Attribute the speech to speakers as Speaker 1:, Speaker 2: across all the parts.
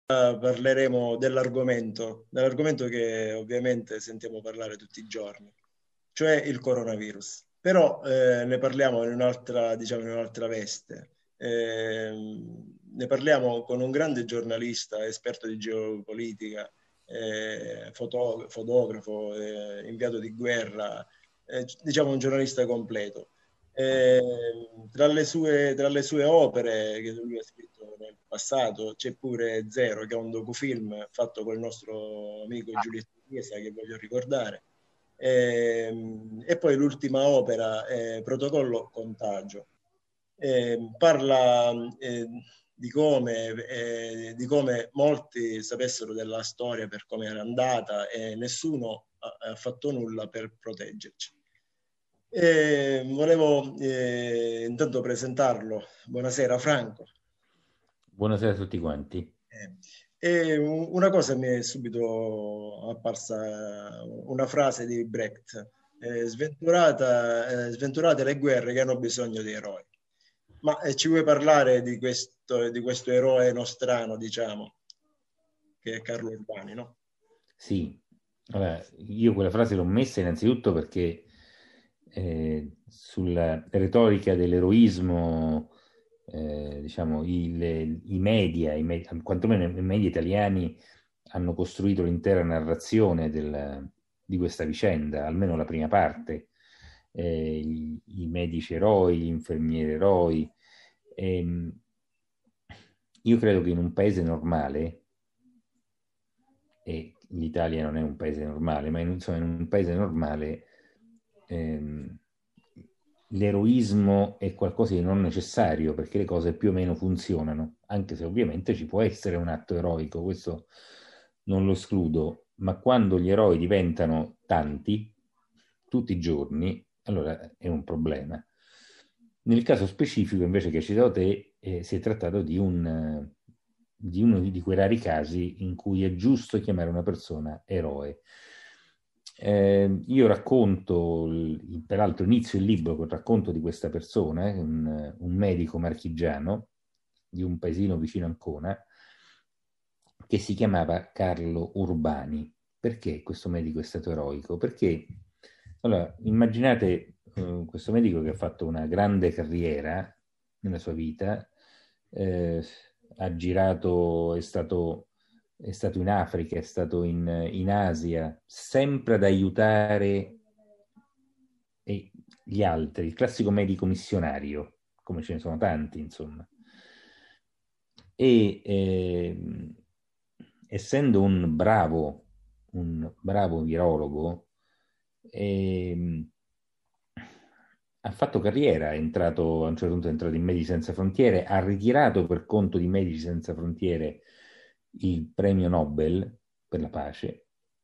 Speaker 1: parleremo dell'argomento che ovviamente sentiamo parlare tutti i giorni, cioè il coronavirus. Però ne parliamo in un'altra, diciamo, in un'altra veste. Ne parliamo con un grande giornalista, esperto di geopolitica, fotografo, inviato di guerra, diciamo un giornalista completo. Eh, tra le sue opere che lui ha scritto nel passato c'è pure Zero, che è un docufilm fatto col nostro amico Giulietto Chiesa, che voglio ricordare. E poi l'ultima opera, Protocollo Contagio. Parla di come molti sapessero della storia per come era andata e nessuno ha fatto nulla per proteggerci. Volevo intanto presentarlo. Buonasera Franco.
Speaker 2: Buonasera a tutti quanti.
Speaker 1: Una cosa mi è subito apparsa, una frase di Brecht, sventurate le guerre che hanno bisogno di eroi. Ma ci vuoi parlare di questo eroe nostrano, diciamo, che è Carlo Urbani, no?
Speaker 2: Sì, allora, io quella frase l'ho messa innanzitutto perché sulla retorica dell'eroismo, diciamo, quantomeno i media italiani hanno costruito l'intera narrazione di questa vicenda, almeno la prima parte, i medici eroi, gli infermieri eroi. Ehm, io credo che in un paese normale, e l'Italia non è un paese normale, ma insomma, in un paese normale ehm, l'eroismo è qualcosa di non necessario perché le cose più o meno funzionano, anche se ovviamente ci può essere un atto eroico, questo non lo escludo, ma quando gli eroi diventano tanti, tutti i giorni, allora è un problema. Nel caso specifico, invece, che hai citato te, si è trattato di uno di quei rari casi in cui è giusto chiamare una persona eroe. Io racconto, peraltro inizio il libro col racconto di questa persona, un medico marchigiano di un paesino vicino Ancona, che si chiamava Carlo Urbani. Perché questo medico è stato eroico? Perché, allora, immaginate questo medico che ha fatto una grande carriera nella sua vita, eh, ha girato, è stato in Africa, è stato in Asia, sempre ad aiutare gli altri, il classico medico missionario, come ce ne sono tanti, insomma. E essendo un bravo virologo, ehm, ha fatto carriera, a un certo punto è entrato in Medici Senza Frontiere, ha ritirato per conto di Medici Senza Frontiere il premio Nobel per la pace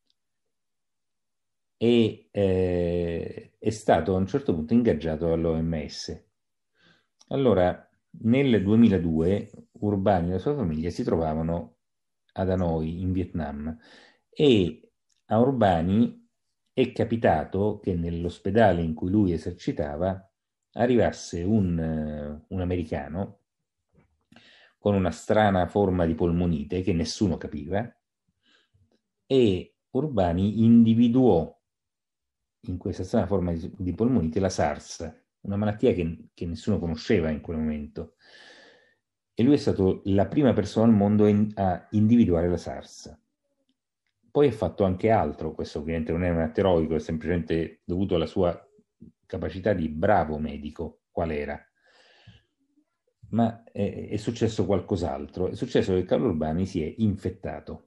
Speaker 2: e è stato a un certo punto ingaggiato all'OMS. Allora, nel 2002 Urbani e la sua famiglia si trovavano ad Hanoi, in Vietnam, e a Urbani è capitato che nell'ospedale in cui lui esercitava arrivasse un americano con una strana forma di polmonite che nessuno capiva e Urbani individuò in questa strana forma di polmonite la SARS, una malattia che nessuno conosceva in quel momento. E lui è stato la prima persona al mondo a individuare la SARS. Poi ha fatto anche altro, questo ovviamente non è un atto eroico, è semplicemente dovuto alla sua capacità di bravo medico, qual era. Ma è successo qualcos'altro. È successo che Carlo Urbani si è infettato.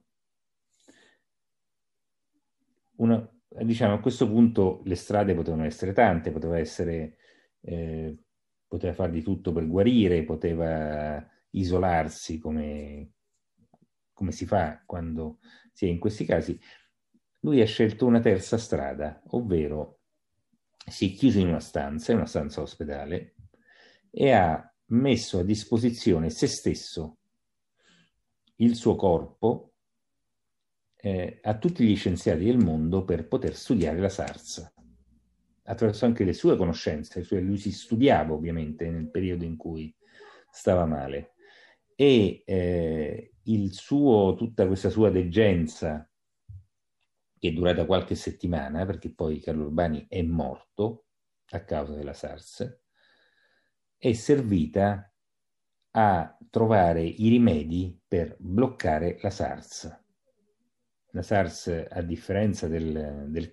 Speaker 2: Diciamo, a questo punto le strade potevano essere tante, eh, poteva fare di tutto per guarire, poteva isolarsi come si fa quando si è in questi casi. Lui ha scelto una terza strada, ovvero si è chiuso in una stanza ospedale, e ha messo a disposizione se stesso, il suo corpo, a tutti gli scienziati del mondo per poter studiare la SARS, attraverso anche le sue conoscenze, cioè lui si studiava ovviamente nel periodo in cui stava male. E tutta questa sua degenza, che è durata qualche settimana, perché poi Carlo Urbani è morto a causa della SARS, è servita a trovare i rimedi per bloccare la SARS. La SARS, a differenza del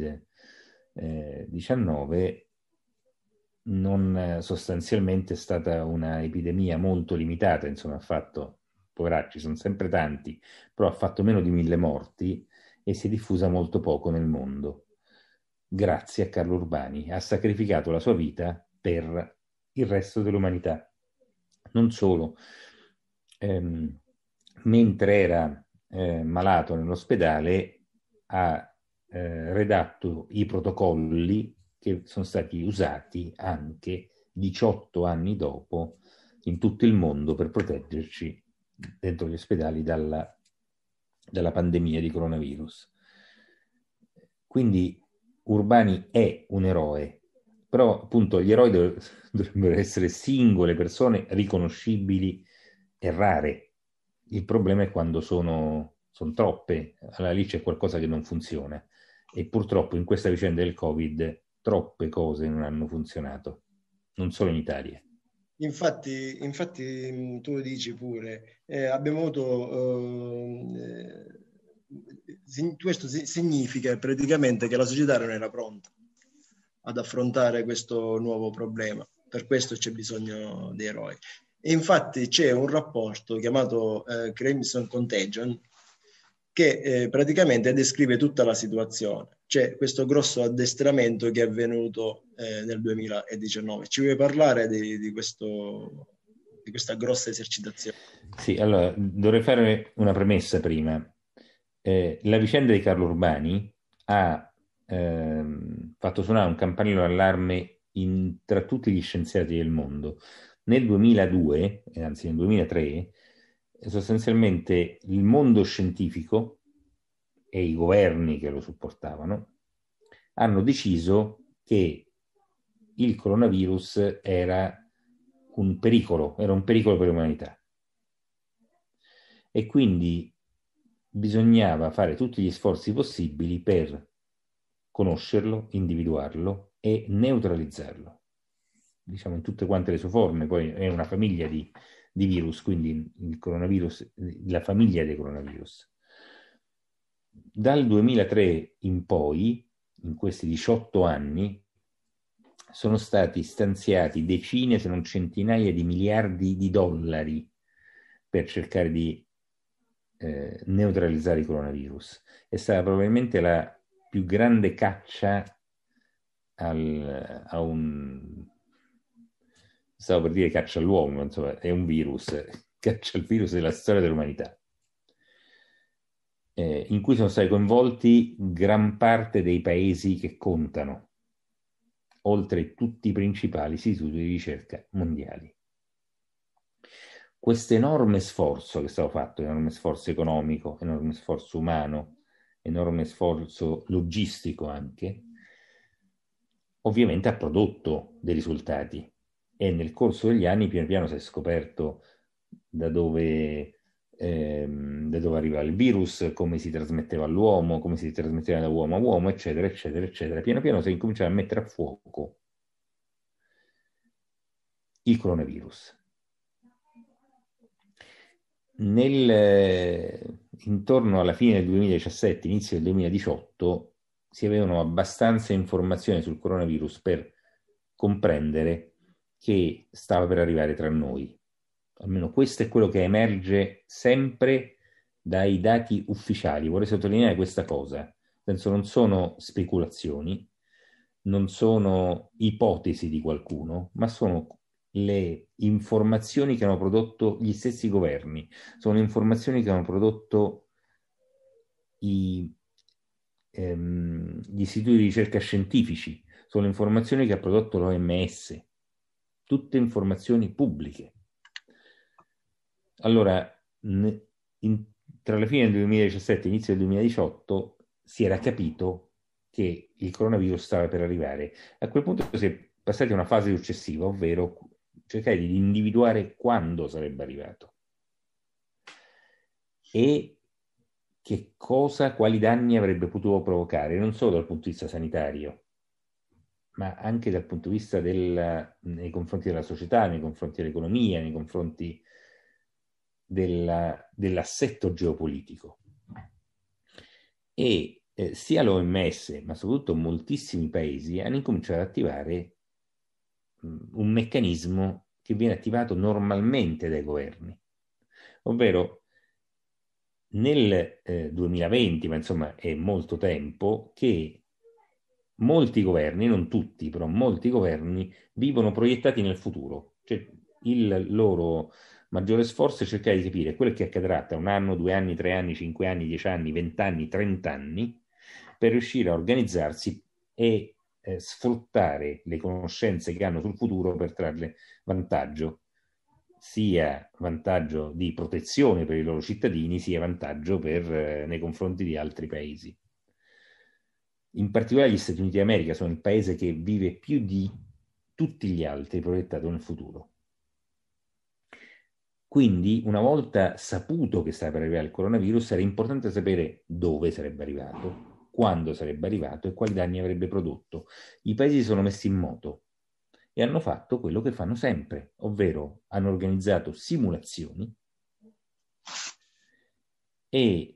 Speaker 2: Covid-19, non sostanzialmente è stata una epidemia molto limitata, insomma, ha fatto, poveracci, sono sempre tanti, però ha fatto meno di 1000 morti e si è diffusa molto poco nel mondo. Grazie a Carlo Urbani, ha sacrificato la sua vita per il resto dell'umanità. Non solo, mentre era malato nell'ospedale, ha redatto i protocolli che sono stati usati anche 18 anni dopo in tutto il mondo per proteggerci dentro gli ospedali dalla pandemia di coronavirus. Quindi Urbani è un eroe, però appunto gli eroi dovrebbero essere singole persone riconoscibili e rare. Il problema è quando sono troppe, allora lì c'è qualcosa che non funziona, e purtroppo in questa vicenda del Covid troppe cose non hanno funzionato, non solo in Italia.
Speaker 1: Infatti tu dici pure, abbiamo avuto, questo significa praticamente che la società non era pronta ad affrontare questo nuovo problema, per questo c'è bisogno di eroi. E infatti c'è un rapporto chiamato Crimson Contagion che praticamente descrive tutta la situazione. C'è questo grosso addestramento che è avvenuto nel 2019. Ci vuoi parlare di questa grossa esercitazione?
Speaker 2: Sì, allora dovrei fare una premessa prima. La vicenda di Carlo Urbani ha fatto suonare un campanello d'allarme tra tutti gli scienziati del mondo. Nel 2002, anzi nel 2003, sostanzialmente il mondo scientifico e i governi che lo supportavano hanno deciso che il coronavirus era un pericolo per l'umanità. E quindi bisognava fare tutti gli sforzi possibili per conoscerlo, individuarlo e neutralizzarlo, diciamo in tutte quante le sue forme. Poi è una famiglia di virus, quindi il coronavirus, la famiglia dei coronavirus. Dal 2003 in poi, in questi 18 anni, sono stati stanziati decine, se non centinaia di miliardi di dollari per cercare di neutralizzare il coronavirus. È stata probabilmente la più grande caccia a un... Stavo per dire caccia all'uomo, insomma, è un virus, caccia al virus della storia dell'umanità, in cui sono stati coinvolti gran parte dei paesi che contano, oltre tutti i principali istituti di ricerca mondiali. Questo enorme sforzo che è stato fatto, enorme sforzo economico, enorme sforzo umano, enorme sforzo logistico anche, ovviamente ha prodotto dei risultati, e nel corso degli anni piano piano si è scoperto da dove arrivava il virus, come si trasmetteva all'uomo, come si trasmetteva da uomo a uomo, eccetera, eccetera, eccetera. Piano piano si è incominciato a mettere a fuoco il coronavirus. Intorno alla fine del 2017, inizio del 2018, si avevano abbastanza informazioni sul coronavirus per comprendere che stava per arrivare tra noi. Almeno questo è quello che emerge sempre dai dati ufficiali. Vorrei sottolineare questa cosa. Nel senso, non sono speculazioni, non sono ipotesi di qualcuno, ma sono le informazioni che hanno prodotto gli stessi governi, sono informazioni che hanno prodotto gli istituti di ricerca scientifici, sono informazioni che ha prodotto l'OMS, tutte informazioni pubbliche. Allora, tra la fine del 2017 e l'inizio del 2018 si era capito che il coronavirus stava per arrivare. A quel punto si è passati a una fase successiva, ovvero cercare di individuare quando sarebbe arrivato. e quali danni avrebbe potuto provocare, non solo dal punto di vista sanitario, ma anche dal punto di vista nei confronti della società, nei confronti dell'economia, nei confronti dell'assetto geopolitico. E sia l'OMS, ma soprattutto moltissimi paesi hanno incominciato ad attivare un meccanismo che viene attivato normalmente dai governi, ovvero nel 2020, ma insomma è molto tempo, che molti governi, non tutti, però molti governi vivono proiettati nel futuro. Cioè, il loro maggiore sforzo è cercare di capire quello che accadrà tra 1 anno, 2 anni, 3 anni, 5 anni, 10 anni, 20 anni, 30 anni, per riuscire a organizzarsi e sfruttare le conoscenze che hanno sul futuro per trarle vantaggio, sia vantaggio di protezione per i loro cittadini, sia vantaggio nei confronti di altri paesi. In particolare gli Stati Uniti d'America sono il paese che vive più di tutti gli altri proiettato nel futuro. Quindi, una volta saputo che stava per arrivare il coronavirus, era importante sapere dove sarebbe arrivato, quando sarebbe arrivato e quali danni avrebbe prodotto. I paesi si sono messi in moto e hanno fatto quello che fanno sempre, ovvero hanno organizzato simulazioni e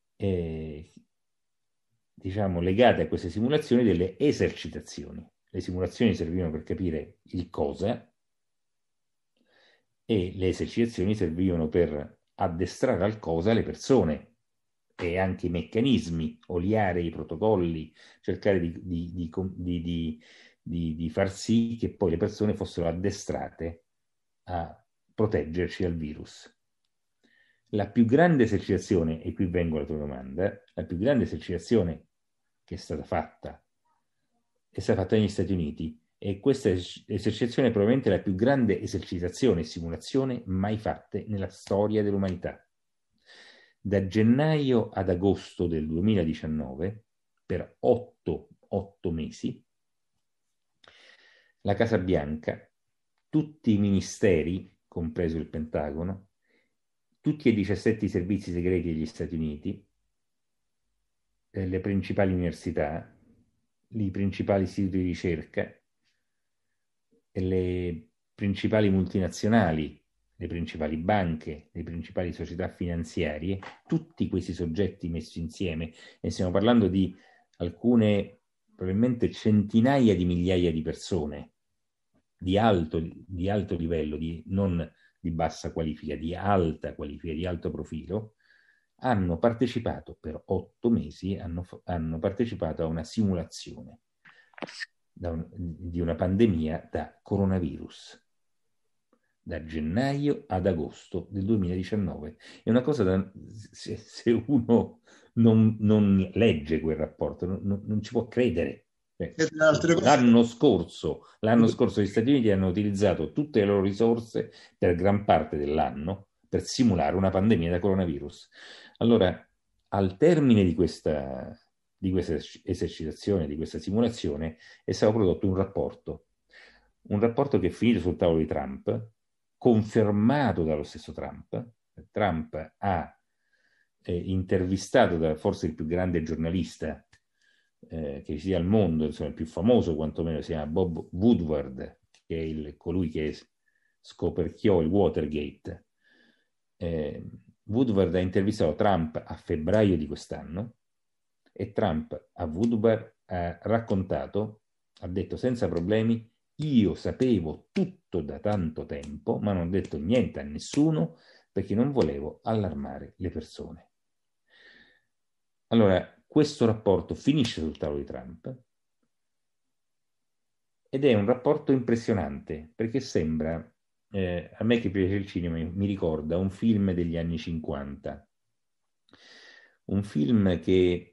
Speaker 2: diciamo legate a queste simulazioni delle esercitazioni. Le simulazioni servivano per capire il cosa e le esercitazioni servivano per addestrare al cosa le persone e anche i meccanismi, oliare i protocolli, cercare di far sì che poi le persone fossero addestrate a proteggerci dal virus. La più grande esercitazione, e qui vengo alla tua domanda, la più grande esercitazione che è stata fatta negli Stati Uniti, e questa esercitazione è probabilmente la più grande esercitazione e simulazione mai fatte nella storia dell'umanità. Da gennaio ad agosto del 2019, per 8 mesi, la Casa Bianca, tutti i ministeri, compreso il Pentagono, tutti e 17 i servizi segreti degli Stati Uniti, le principali università, i principali istituti di ricerca, le principali multinazionali, le principali banche, le principali società finanziarie, tutti questi soggetti messi insieme, e stiamo parlando di alcune, probabilmente centinaia di migliaia di persone, di alto livello, non di bassa qualifica, di alta qualifica, di alto profilo, hanno partecipato per 8 mesi, hanno partecipato a una simulazione di una pandemia da coronavirus, da gennaio ad agosto del 2019. È una cosa se uno non legge quel rapporto, non ci può credere. L'anno scorso gli Stati Uniti hanno utilizzato tutte le loro risorse per gran parte dell'anno per simulare una pandemia da coronavirus. Allora, al termine di questa esercitazione, di questa simulazione, è stato prodotto un rapporto che è finito sul tavolo di Trump, confermato dallo stesso Trump. Trump ha intervistato forse il più grande giornalista che ci sia al mondo, insomma il più famoso quantomeno, si chiama Bob Woodward, che è colui che scoperchiò il Watergate. Woodward ha intervistato Trump a febbraio di quest'anno e Trump a Woodward ha raccontato, ha detto senza problemi: io sapevo tutto da tanto tempo, ma non ho detto niente a nessuno perché non volevo allarmare le persone. Allora, questo rapporto finisce sul tavolo di Trump ed è un rapporto impressionante perché sembra, a me che piace il cinema, mi ricorda un film degli anni 50, un film che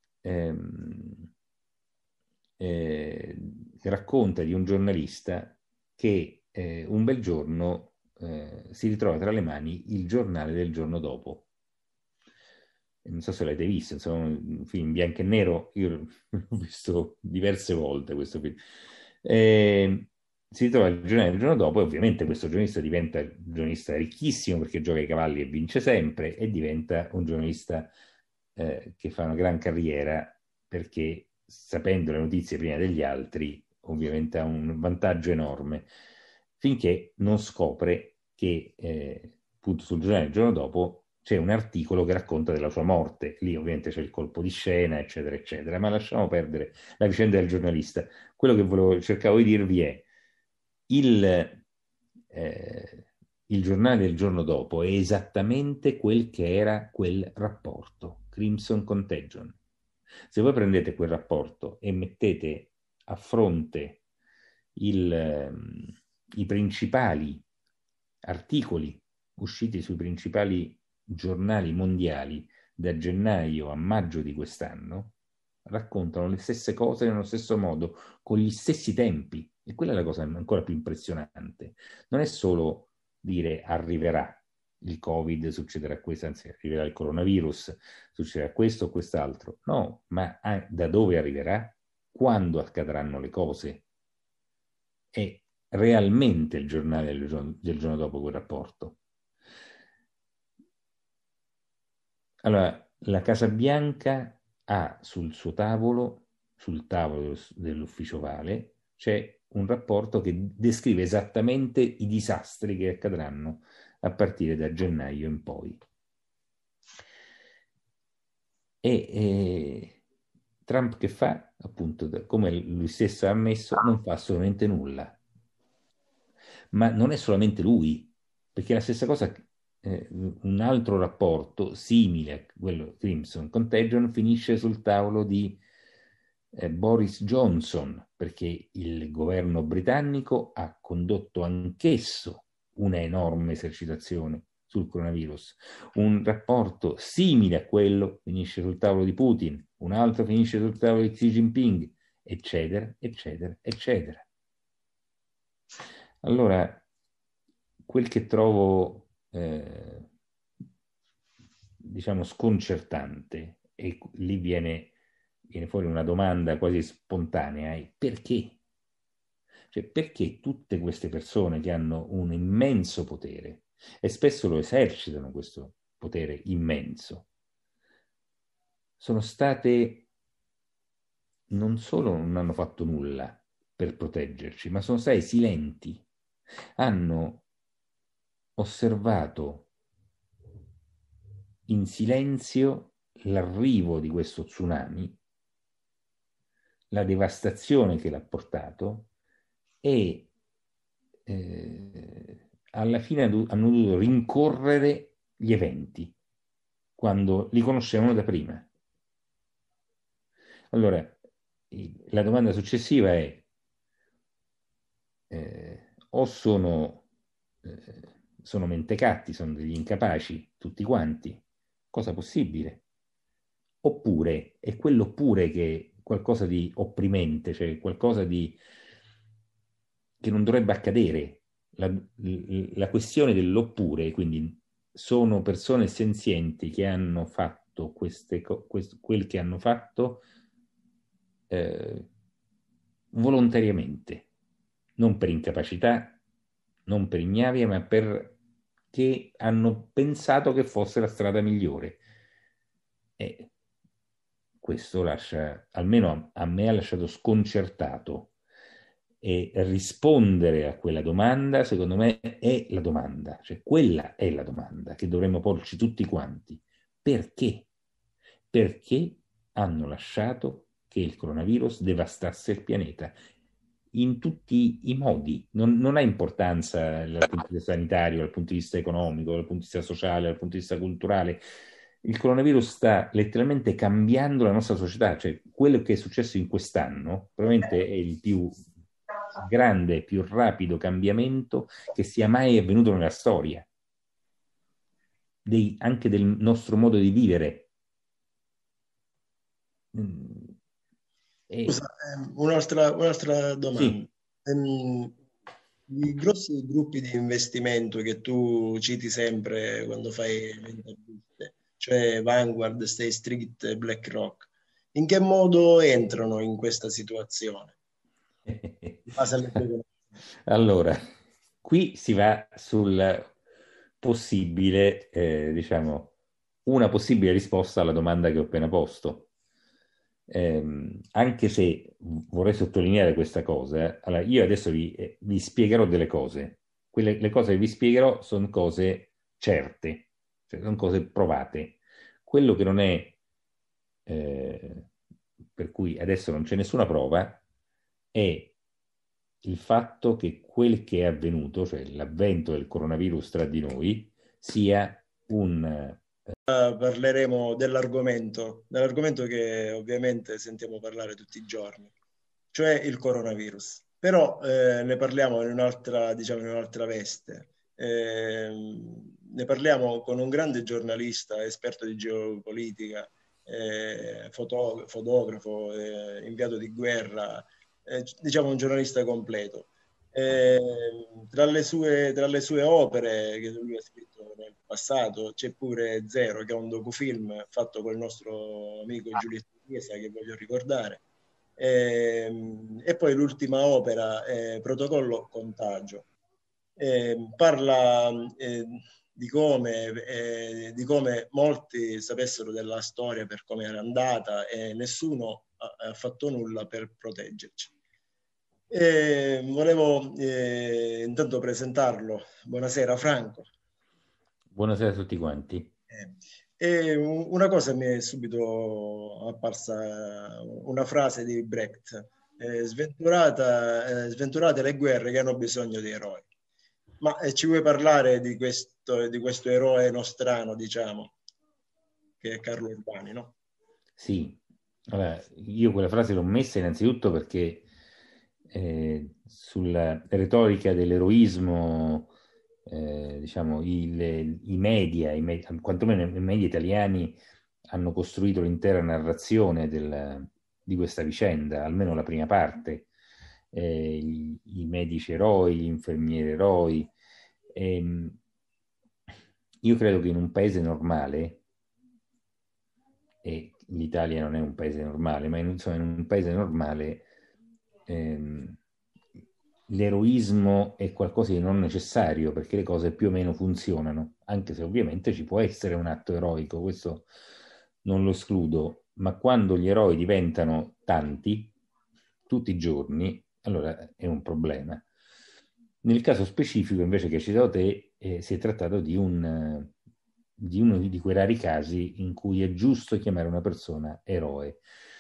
Speaker 2: racconta di un giornalista che un bel giorno si ritrova tra le mani il giornale del giorno dopo. Non so se l'avete visto, insomma, un film bianco e nero, io l'ho visto diverse volte questo film. si trova il giornale il giorno dopo e ovviamente questo giornalista diventa un giornalista ricchissimo perché gioca ai cavalli e vince sempre e diventa un giornalista che fa una gran carriera perché sapendo le notizie prima degli altri ovviamente ha un vantaggio enorme finché non scopre che appunto sul giornale il giorno dopo c'è un articolo che racconta della sua morte. Lì ovviamente c'è il colpo di scena, eccetera, eccetera, ma lasciamo perdere la vicenda del giornalista. Quello che cercavo di dirvi è il, il giornale del giorno dopo è esattamente quel che era quel rapporto, Crimson Contagion. Se voi prendete quel rapporto e mettete a fronte i principali articoli usciti sui principali giornali mondiali da gennaio a maggio di quest'anno, raccontano le stesse cose nello stesso modo, con gli stessi tempi. E quella è la cosa ancora più impressionante. Non è solo dire arriverà il Covid, succederà questo, anzi arriverà il coronavirus, succederà questo o quest'altro. No, ma da dove arriverà? Quando accadranno le cose? È realmente il giornale del giorno dopo quel rapporto. Allora, la Casa Bianca ha sul suo tavolo, sul tavolo dell'ufficio Vale, c'è un rapporto che descrive esattamente i disastri che accadranno a partire da gennaio in poi. E Trump che fa? Appunto, come lui stesso ha ammesso, non fa assolutamente nulla. Ma non è solamente lui, perché la stessa cosa, un altro rapporto simile a quello Crimson Contagion finisce sul tavolo di Boris Johnson, perché il governo britannico ha condotto anch'esso una enorme esercitazione sul coronavirus. Un rapporto simile a quello finisce sul tavolo di Putin, un altro finisce sul tavolo di Xi Jinping, eccetera, eccetera, eccetera. Allora, quel che trovo, diciamo, sconcertante, e lì viene fuori una domanda quasi spontanea, è perché? Cioè, perché tutte queste persone che hanno un immenso potere, e spesso lo esercitano questo potere immenso, sono state, non solo non hanno fatto nulla per proteggerci, ma sono stati silenti, hanno osservato in silenzio l'arrivo di questo tsunami, la devastazione che l'ha portato e alla fine hanno dovuto rincorrere gli eventi quando li conoscevano da prima. Allora, la domanda successiva è o sono mentecatti, sono degli incapaci tutti quanti, cosa possibile, oppure è quell'oppure che è qualcosa di opprimente, cioè qualcosa che non dovrebbe accadere. La questione dell'oppure, quindi sono persone senzienti che hanno fatto quel che hanno fatto eh, volontariamente, non per incapacità, non per ignavia, ma perché hanno pensato che fosse la strada migliore. E questo lascia, almeno a me ha lasciato sconcertato. E rispondere a quella domanda, secondo me, è la domanda, cioè quella è la domanda che dovremmo porci tutti quanti. Perché? Perché hanno lasciato che il coronavirus devastasse il pianeta in tutti i modi. Non ha importanza dal punto di vista sanitario, dal punto di vista economico, dal punto di vista sociale, dal punto di vista culturale. Il coronavirus sta letteralmente cambiando la nostra società, cioè quello che è successo in quest'anno probabilmente è il più grande, più rapido cambiamento che sia mai avvenuto nella storia, anche del nostro modo di vivere.
Speaker 1: Scusa, un'altra domanda.
Speaker 2: Sì.
Speaker 1: I grossi gruppi di investimento che tu citi sempre quando fai le interviste, cioè Vanguard, State Street e BlackRock, in che modo entrano in questa situazione? In base alle tue conoscenze?
Speaker 2: Allora, qui si va sul possibile, diciamo, una possibile risposta alla domanda che ho appena posto. Anche se vorrei sottolineare questa cosa, allora io adesso vi spiegherò delle cose. Le cose che vi spiegherò sono cose certe, cioè sono cose provate. Quello che non è, eh, per cui adesso non c'è nessuna prova, è il fatto che quel che è avvenuto, cioè l'avvento del coronavirus tra di noi, sia un...
Speaker 1: Parleremo dell'argomento che ovviamente sentiamo parlare tutti i giorni, cioè il coronavirus. Però ne parliamo in un'altra, diciamo, in un'altra veste. Ne parliamo con un grande giornalista, esperto di geopolitica, fotografo, inviato di guerra, diciamo un giornalista completo. Eh, tra le sue opere che lui ha scritto nel passato c'è pure Zero, che è un docufilm fatto col nostro amico Giulietto Chiesa, che voglio ricordare. E poi l'ultima opera, Protocollo Contagio. Parla di come molti sapessero della storia per come era andata e nessuno ha fatto nulla per proteggerci. Volevo intanto presentarlo. Buonasera Franco.
Speaker 2: Buonasera a tutti quanti.
Speaker 1: Una cosa mi è subito apparsa, una frase di Brecht, sventurate le guerre che hanno bisogno di eroi. Ma ci vuoi parlare di questo eroe nostrano, diciamo, che è Carlo Urbani, no?
Speaker 2: Sì, allora, io quella frase l'ho messa innanzitutto perché sulla retorica dell'eroismo, diciamo, quantomeno i media italiani hanno costruito l'intera narrazione di questa vicenda, almeno la prima parte, i medici eroi, gli infermieri eroi. Ehm, io credo che in un paese normale, e l'Italia non è un paese normale, ma insomma, in un paese normale ehm, l'eroismo è qualcosa di non necessario perché le cose più o meno funzionano, anche se ovviamente ci può essere un atto eroico, questo non lo escludo, ma quando gli eroi diventano tanti, tutti i giorni, allora è un problema. Nel caso specifico, invece, che hai citato te, si è trattato di uno di quei rari casi in cui è giusto chiamare una persona eroe.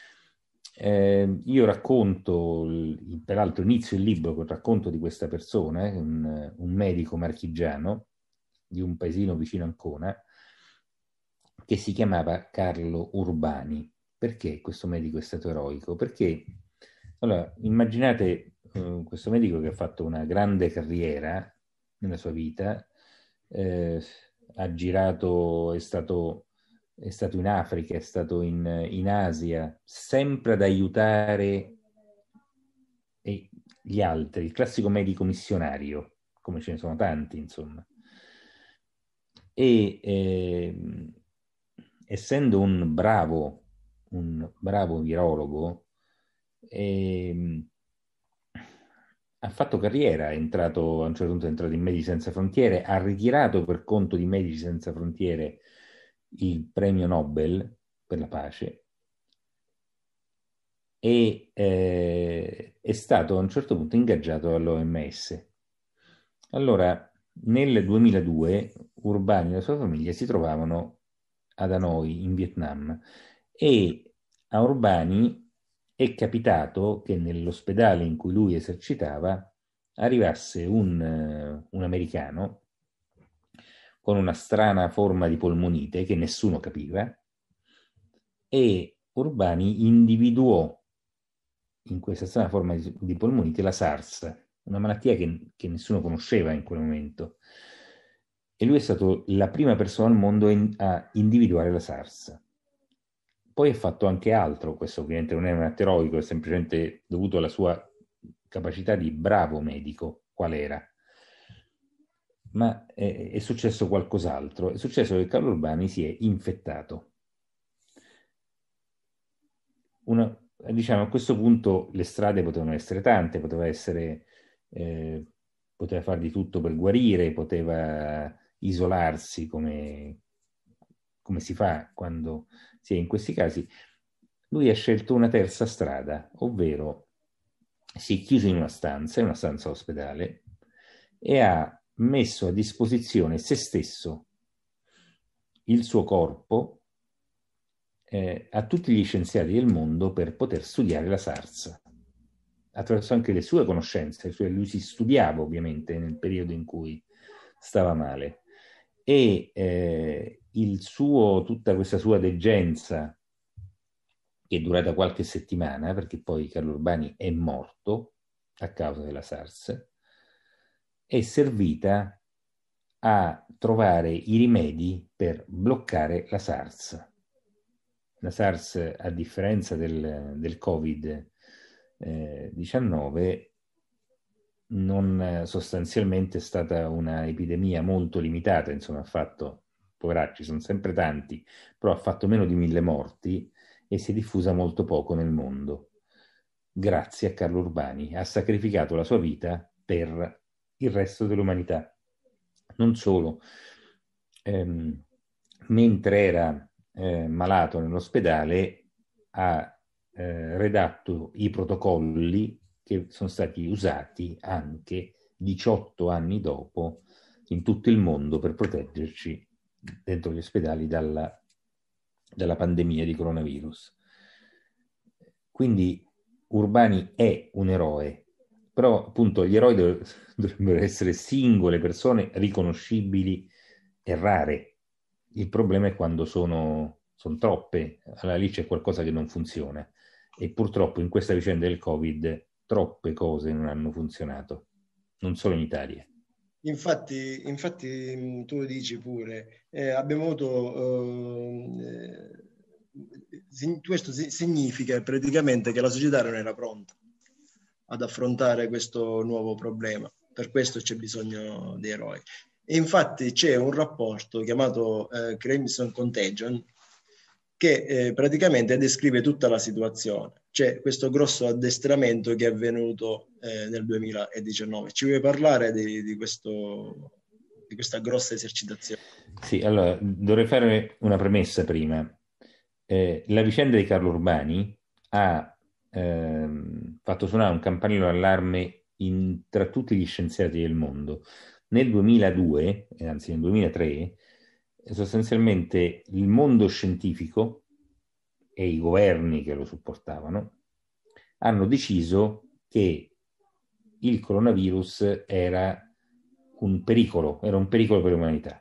Speaker 2: Io racconto, peraltro inizio il libro col racconto di questa persona, un medico marchigiano di un paesino vicino Ancona, che si chiamava Carlo Urbani. Perché questo medico è stato eroico? Perché, allora, immaginate questo medico che ha fatto una grande carriera nella sua vita, eh, ha girato, è stato in Africa, è stato in Asia, sempre ad aiutare gli altri, il classico medico missionario, come ce ne sono tanti, insomma. E essendo un bravo virologo, ehm, ha fatto carriera, è entrato, a un certo punto è entrato in Medici Senza Frontiere, ha ritirato per conto di Medici Senza Frontiere il premio Nobel per la pace e è stato a un certo punto ingaggiato all'OMS. Allora, nel 2002 Urbani e la sua famiglia si trovavano ad Hanoi, in Vietnam, e a Urbani è capitato che nell'ospedale in cui lui esercitava arrivasse un americano con una strana forma di polmonite che nessuno capiva e Urbani individuò in questa strana forma di polmonite la SARS, una malattia che nessuno conosceva in quel momento. E lui è stato la prima persona al mondo a individuare la SARS. Poi ha fatto anche altro, questo ovviamente non è un atto eroico, è semplicemente dovuto alla sua capacità di bravo medico, qual era. Ma è successo qualcos'altro. È successo che Carlo Urbani si è infettato. Diciamo, a questo punto le strade potevano essere tante, poteva essere poteva fare di tutto per guarire, poteva isolarsi come si fa quando si è in questi casi. Lui ha scelto una terza strada, ovvero si è chiuso in una stanza ospedale, e ha messo a disposizione se stesso, il suo corpo, a tutti gli scienziati del mondo per poter studiare la SARS, attraverso anche le sue conoscenze. Cioè lui si studiava ovviamente nel periodo in cui stava male, e tutta questa sua degenza, che è durata qualche settimana, perché poi Carlo Urbani è morto a causa della SARS, è servita a trovare i rimedi per bloccare la SARS. La SARS, a differenza del Covid-19, non sostanzialmente è stata una epidemia molto limitata, insomma ha fatto, poveracci, sono sempre tanti, però ha fatto meno di 1000 morti e si è diffusa molto poco nel mondo. Grazie a Carlo Urbani, ha sacrificato la sua vita per il resto dell'umanità. Non solo, mentre era malato nell'ospedale, ha redatto i protocolli che sono stati usati anche 18 anni dopo in tutto il mondo per proteggerci dentro gli ospedali dalla pandemia di coronavirus. Quindi Urbani è un eroe, però appunto gli eroi dovrebbero essere singole persone riconoscibili e rare. Il problema è quando sono troppe, allora lì c'è qualcosa che non funziona, e purtroppo in questa vicenda del Covid troppe cose non hanno funzionato, non solo in Italia.
Speaker 1: Infatti tu lo dici pure, abbiamo avuto, questo significa praticamente che la società non era pronta ad affrontare questo nuovo problema, per questo c'è bisogno di eroi. E infatti c'è un rapporto chiamato Crimson Contagion che praticamente descrive tutta la situazione. C'è questo grosso addestramento che è avvenuto nel 2019. Ci vuoi parlare di questa grossa esercitazione?
Speaker 2: Sì, allora dovrei fare una premessa prima. La vicenda di Carlo Urbani ha fatto suonare un campanello d'allarme tra tutti gli scienziati del mondo. Nel 2002, anzi nel 2003, sostanzialmente il mondo scientifico e i governi che lo supportavano hanno deciso che il coronavirus era un pericolo per l'umanità,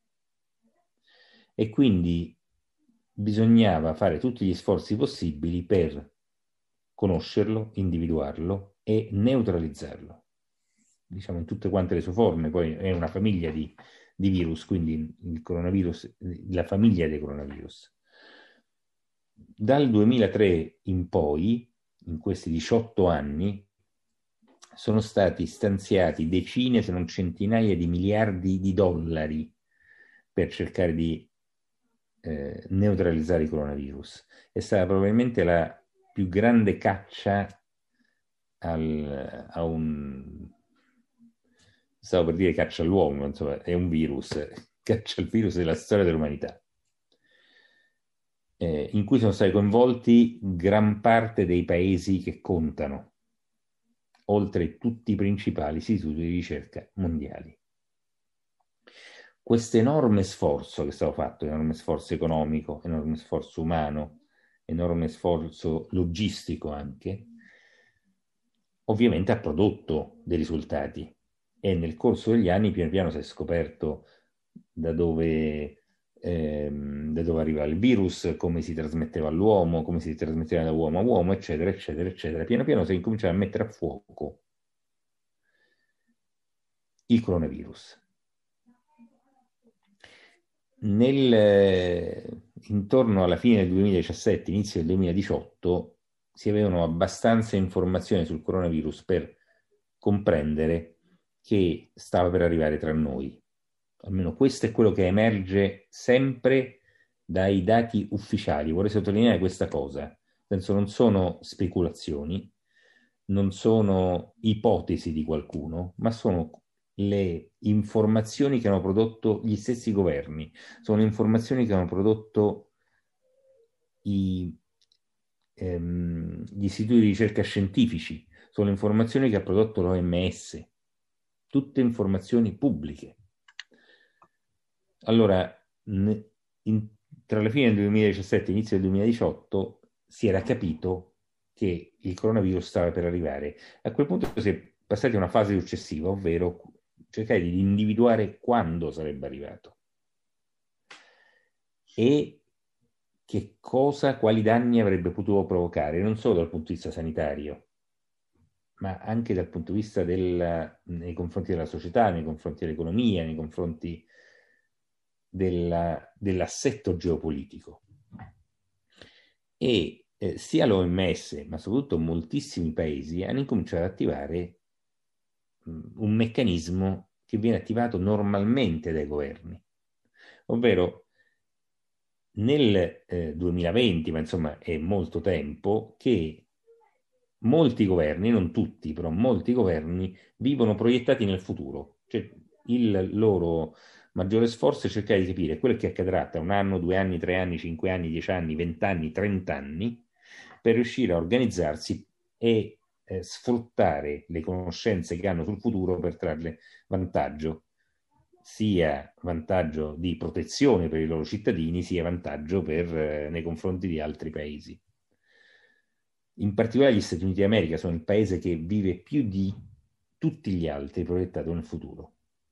Speaker 2: e quindi bisognava fare tutti gli sforzi possibili per conoscerlo, individuarlo e neutralizzarlo, diciamo in tutte quante le sue forme. Poi è una famiglia di virus, quindi il coronavirus, la famiglia dei coronavirus. Dal 2003 in poi, in questi 18 anni, sono stati stanziati decine, se non centinaia di miliardi di dollari per cercare di neutralizzare il coronavirus. È stata probabilmente la più grande caccia stavo per dire caccia all'uomo, insomma è un virus, caccia al virus della storia dell'umanità, in cui sono stati coinvolti gran parte dei paesi che contano, oltre tutti i principali istituti di ricerca mondiali. Questo enorme sforzo che è stato fatto, enorme sforzo economico, enorme sforzo umano, enorme sforzo logistico anche, ovviamente ha prodotto dei risultati, e nel corso degli anni piano piano si è scoperto da dove arriva il virus, come si trasmetteva all'uomo, come si trasmetteva da uomo a uomo, eccetera, eccetera, eccetera. Piano piano si è incominciato a mettere a fuoco il coronavirus. Intorno alla fine del 2017, inizio del 2018, si avevano abbastanza informazioni sul coronavirus per comprendere che stava per arrivare tra noi. Almeno questo è quello che emerge sempre dai dati ufficiali. Vorrei sottolineare questa cosa, penso non sono speculazioni, non sono ipotesi di qualcuno, ma sono le informazioni che hanno prodotto gli stessi governi, sono informazioni che hanno prodotto gli istituti di ricerca scientifici, sono informazioni che ha prodotto l'OMS, tutte informazioni pubbliche. Allora, tra la fine del 2017 e l'inizio del 2018 si era capito che il coronavirus stava per arrivare. A quel punto si è passati a una fase successiva, ovvero cercare di individuare quando sarebbe arrivato e che cosa, quali danni avrebbe potuto provocare, non solo dal punto di vista sanitario, ma anche dal punto di vista nei confronti della società, nei confronti dell'economia, nei confronti dell'assetto geopolitico. E sia l'OMS, ma soprattutto moltissimi paesi hanno incominciato ad attivare un meccanismo che viene attivato normalmente dai governi, ovvero nel 2020, ma insomma è molto tempo, che molti governi, non tutti, però molti governi vivono proiettati nel futuro. Cioè, il loro maggiore sforzo è cercare di capire quello che accadrà tra 1 anno, 2 anni, 3 anni, 5 anni, 10 anni, 20 anni, 30 anni, per riuscire a organizzarsi e sfruttare le conoscenze che hanno sul futuro per trarle vantaggio, sia vantaggio di protezione per i loro cittadini, sia vantaggio nei confronti di altri paesi. In particolare gli Stati Uniti d'America sono il paese che vive più di tutti gli altri proiettato nel futuro.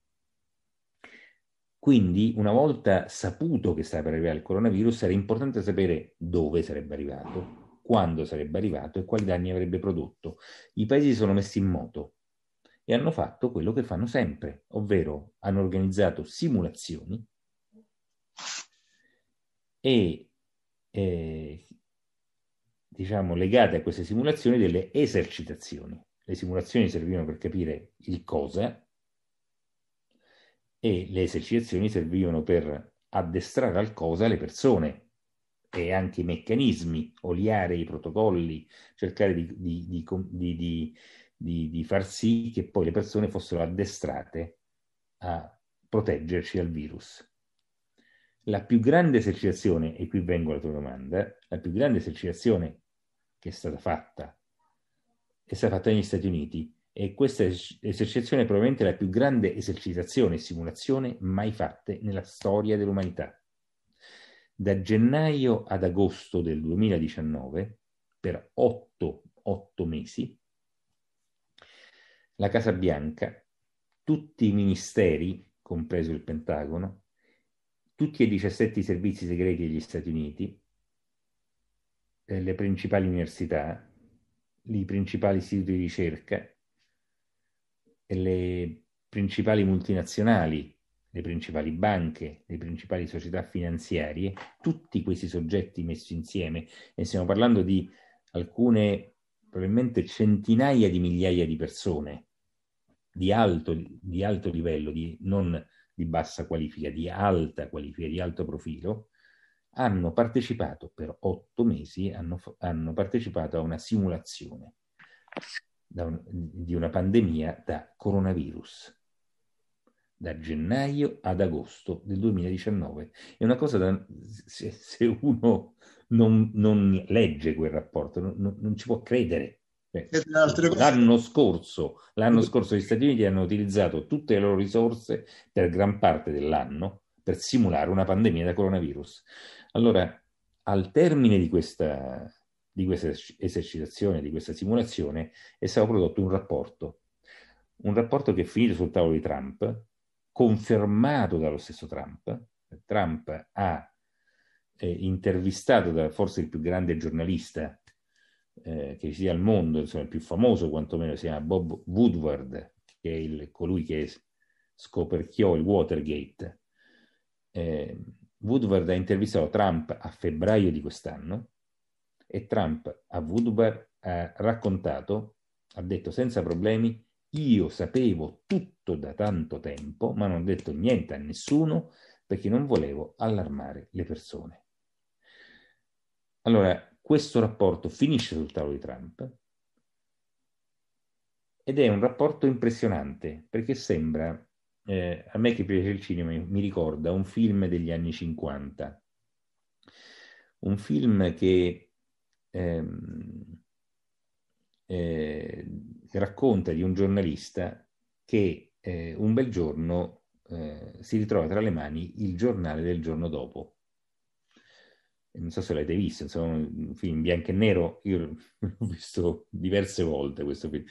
Speaker 2: Quindi, una volta saputo che stava per arrivare il coronavirus, era importante sapere dove sarebbe arrivato, quando sarebbe arrivato e quali danni avrebbe prodotto. I paesi si sono messi in moto e hanno fatto quello che fanno sempre, ovvero hanno organizzato simulazioni e diciamo legate a queste simulazioni delle esercitazioni. Le simulazioni servivano per capire il cosa e le esercitazioni servivano per addestrare al cosa le persone e anche i meccanismi, oliare i protocolli, cercare di far sì che poi le persone fossero addestrate a proteggerci dal virus. La più grande esercitazione, e qui vengo alla tua domanda, la più grande esercitazione che è stata fatta negli Stati Uniti, e questa esercitazione è probabilmente la più grande esercitazione e simulazione mai fatte nella storia dell'umanità. Da gennaio ad agosto del 2019, per 8 mesi, la Casa Bianca, tutti i ministeri, compreso il Pentagono, tutti e 17 servizi segreti degli Stati Uniti, le principali università, i principali istituti di ricerca, le principali multinazionali, le principali banche, le principali società finanziarie, tutti questi soggetti messi insieme, e stiamo parlando di alcune, probabilmente centinaia di migliaia di persone, di alto livello, non di bassa qualifica, di alta qualifica, di alto profilo, hanno partecipato per 8 mesi, hanno partecipato a una simulazione di una pandemia da coronavirus, da gennaio ad agosto del 2019. È una cosa se uno non legge quel rapporto, non ci può credere. L'anno scorso gli Stati Uniti hanno utilizzato tutte le loro risorse per gran parte dell'anno per simulare una pandemia da coronavirus. Allora, al termine di questa esercitazione, di questa simulazione, è stato prodotto un rapporto che è finito sul tavolo di Trump, confermato dallo stesso Trump. Trump ha intervistato forse il più grande giornalista che ci sia al mondo, insomma il più famoso quantomeno, si chiama Bob Woodward, che è colui che scoperchiò il Watergate. Woodward ha intervistato Trump a febbraio di quest'anno e Trump a Woodward ha raccontato, ha detto senza problemi: io sapevo tutto da tanto tempo, ma non ho detto niente a nessuno perché non volevo allarmare le persone. Allora, questo rapporto finisce sul tavolo di Trump ed è un rapporto impressionante, perché sembra, a me che piace il cinema, mi ricorda un film degli anni 50, un film che eh, racconta di un giornalista che un bel giorno si ritrova tra le mani il giornale del giorno dopo. Non so se l'avete visto, insomma, un film in bianco e nero, io l'ho visto diverse volte questo film.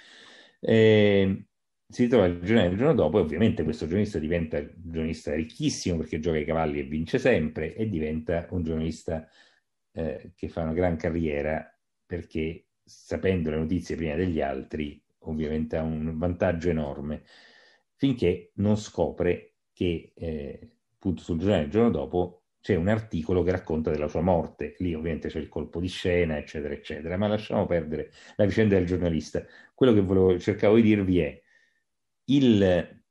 Speaker 2: Si ritrova il giornale del giorno dopo e ovviamente questo giornalista diventa un giornalista ricchissimo perché gioca ai cavalli e vince sempre, e diventa un giornalista che fa una gran carriera perché, sapendo le notizie prima degli altri, ovviamente ha un vantaggio enorme, finché non scopre che appunto sul giornale del giorno dopo c'è un articolo che racconta della sua morte. Lì ovviamente c'è il colpo di scena, eccetera, eccetera, ma lasciamo perdere la vicenda del giornalista. Quello che cercavo di dirvi è il,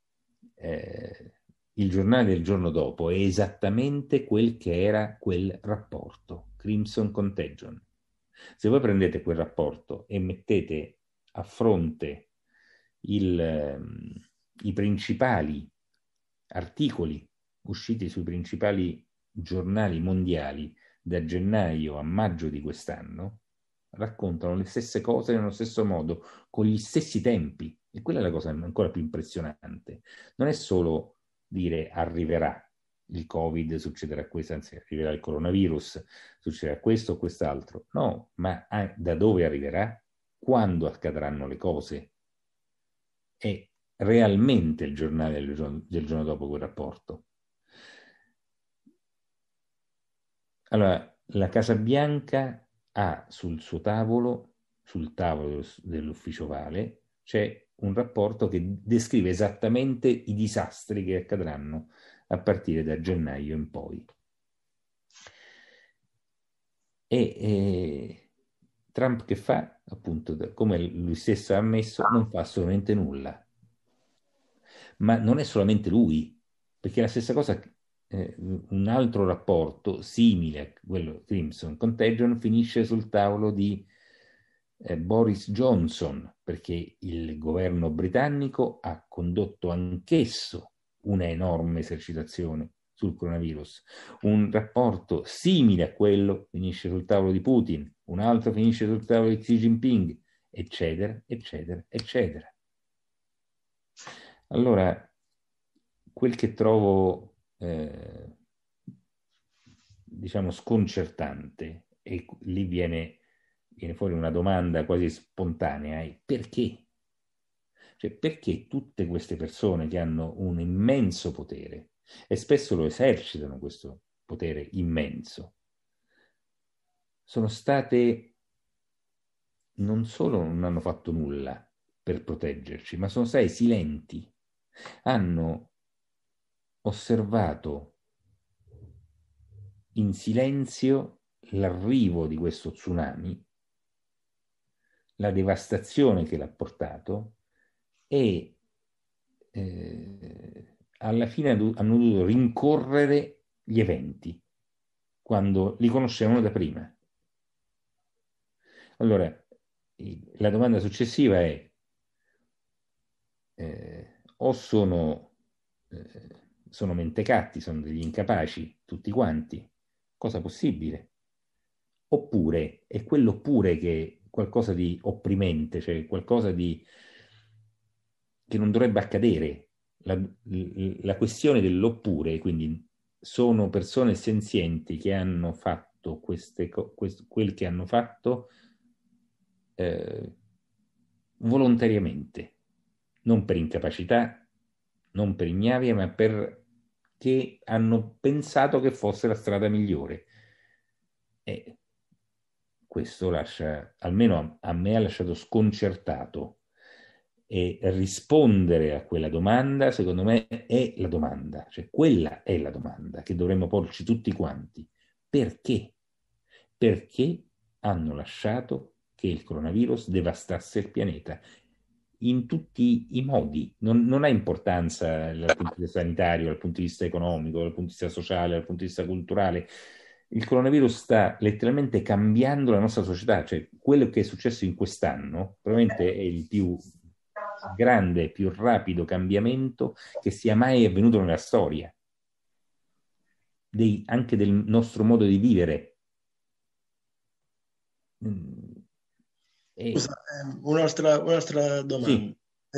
Speaker 2: il giornale del giorno dopo è esattamente quel che era quel rapporto, Crimson Contagion. Se voi prendete quel rapporto e mettete a fronte i principali articoli usciti sui principali giornali mondiali da gennaio a maggio di quest'anno, raccontano le stesse cose nello stesso modo, con gli stessi tempi. E quella è la cosa ancora più impressionante. Non è solo dire arriverà il Covid, succederà questo, anzi arriverà il coronavirus, succederà questo o quest'altro. No, ma da dove arriverà? Quando accadranno le cose? È realmente il giornale del giorno dopo quel rapporto. Allora, la Casa Bianca ha sul suo tavolo, sul tavolo dell'ufficio ovale, c'è un rapporto che descrive esattamente i disastri che accadranno a partire da gennaio in poi. E Trump che fa? Appunto, come lui stesso ha ammesso, non fa assolutamente nulla. Ma non è solamente lui, perché la stessa cosa, un altro rapporto simile a quello Crimson Contagion finisce sul tavolo di Boris Johnson, perché il governo britannico ha condotto anch'esso una enorme esercitazione sul coronavirus. Un rapporto simile a quello finisce sul tavolo di Putin, un altro finisce sul tavolo di Xi Jinping, eccetera, eccetera, eccetera. Allora, quel che trovo, diciamo, sconcertante, e lì viene fuori una domanda quasi spontanea, è perché? Cioè, perché tutte queste persone che hanno un immenso potere, e spesso lo esercitano questo potere immenso, sono state, non solo non hanno fatto nulla per proteggerci, ma sono stati silenti, hanno osservato in silenzio l'arrivo di questo tsunami, la devastazione che l'ha portato, e alla fine hanno dovuto rincorrere gli eventi quando li conoscevano da prima. Allora, la domanda successiva è o sono mentecatti, sono degli incapaci tutti quanti, cosa possibile, oppure è quell'oppure che è qualcosa di opprimente, cioè qualcosa di che non dovrebbe accadere. La questione dell'oppure, quindi sono persone senzienti che hanno fatto quel che hanno fatto volontariamente, non per incapacità, non per ignavia, ma perché hanno pensato che fosse la strada migliore. E questo lascia, almeno a me ha lasciato sconcertato. E rispondere a quella domanda, secondo me, è la domanda, cioè quella è la domanda che dovremmo porci tutti quanti. Perché? Perché hanno lasciato che il coronavirus devastasse il pianeta in tutti i modi? Non ha importanza dal punto di vista sanitario, dal punto di vista economico, dal punto di vista sociale, dal punto di vista culturale. Il coronavirus sta letteralmente cambiando la nostra società, cioè quello che è successo in quest'anno probabilmente è il più grande, più rapido cambiamento che sia mai avvenuto nella storia, anche del nostro modo di vivere.
Speaker 1: Scusa, un'altra domanda.
Speaker 2: Sì.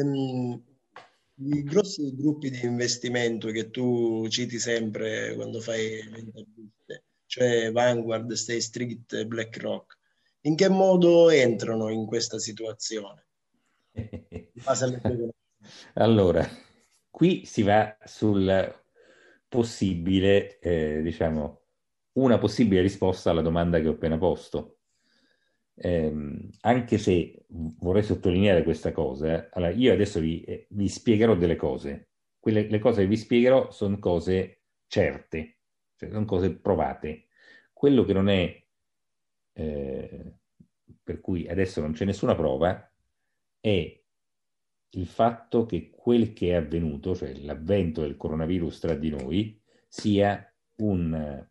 Speaker 1: I grossi gruppi di investimento che tu citi sempre quando fai le interviste, cioè Vanguard, State Street e BlackRock, in che modo entrano in questa situazione? In base alle tue conoscenze.
Speaker 2: Allora, qui si va sul possibile, diciamo, una possibile risposta alla domanda che ho appena posto. Anche se vorrei sottolineare questa cosa, allora io adesso vi spiegherò delle cose. Le cose che vi spiegherò sono cose certe, cioè sono cose provate. Quello che non è, eh, per cui adesso non c'è nessuna prova, è il fatto che quel che è avvenuto, cioè l'avvento del coronavirus tra di noi, sia un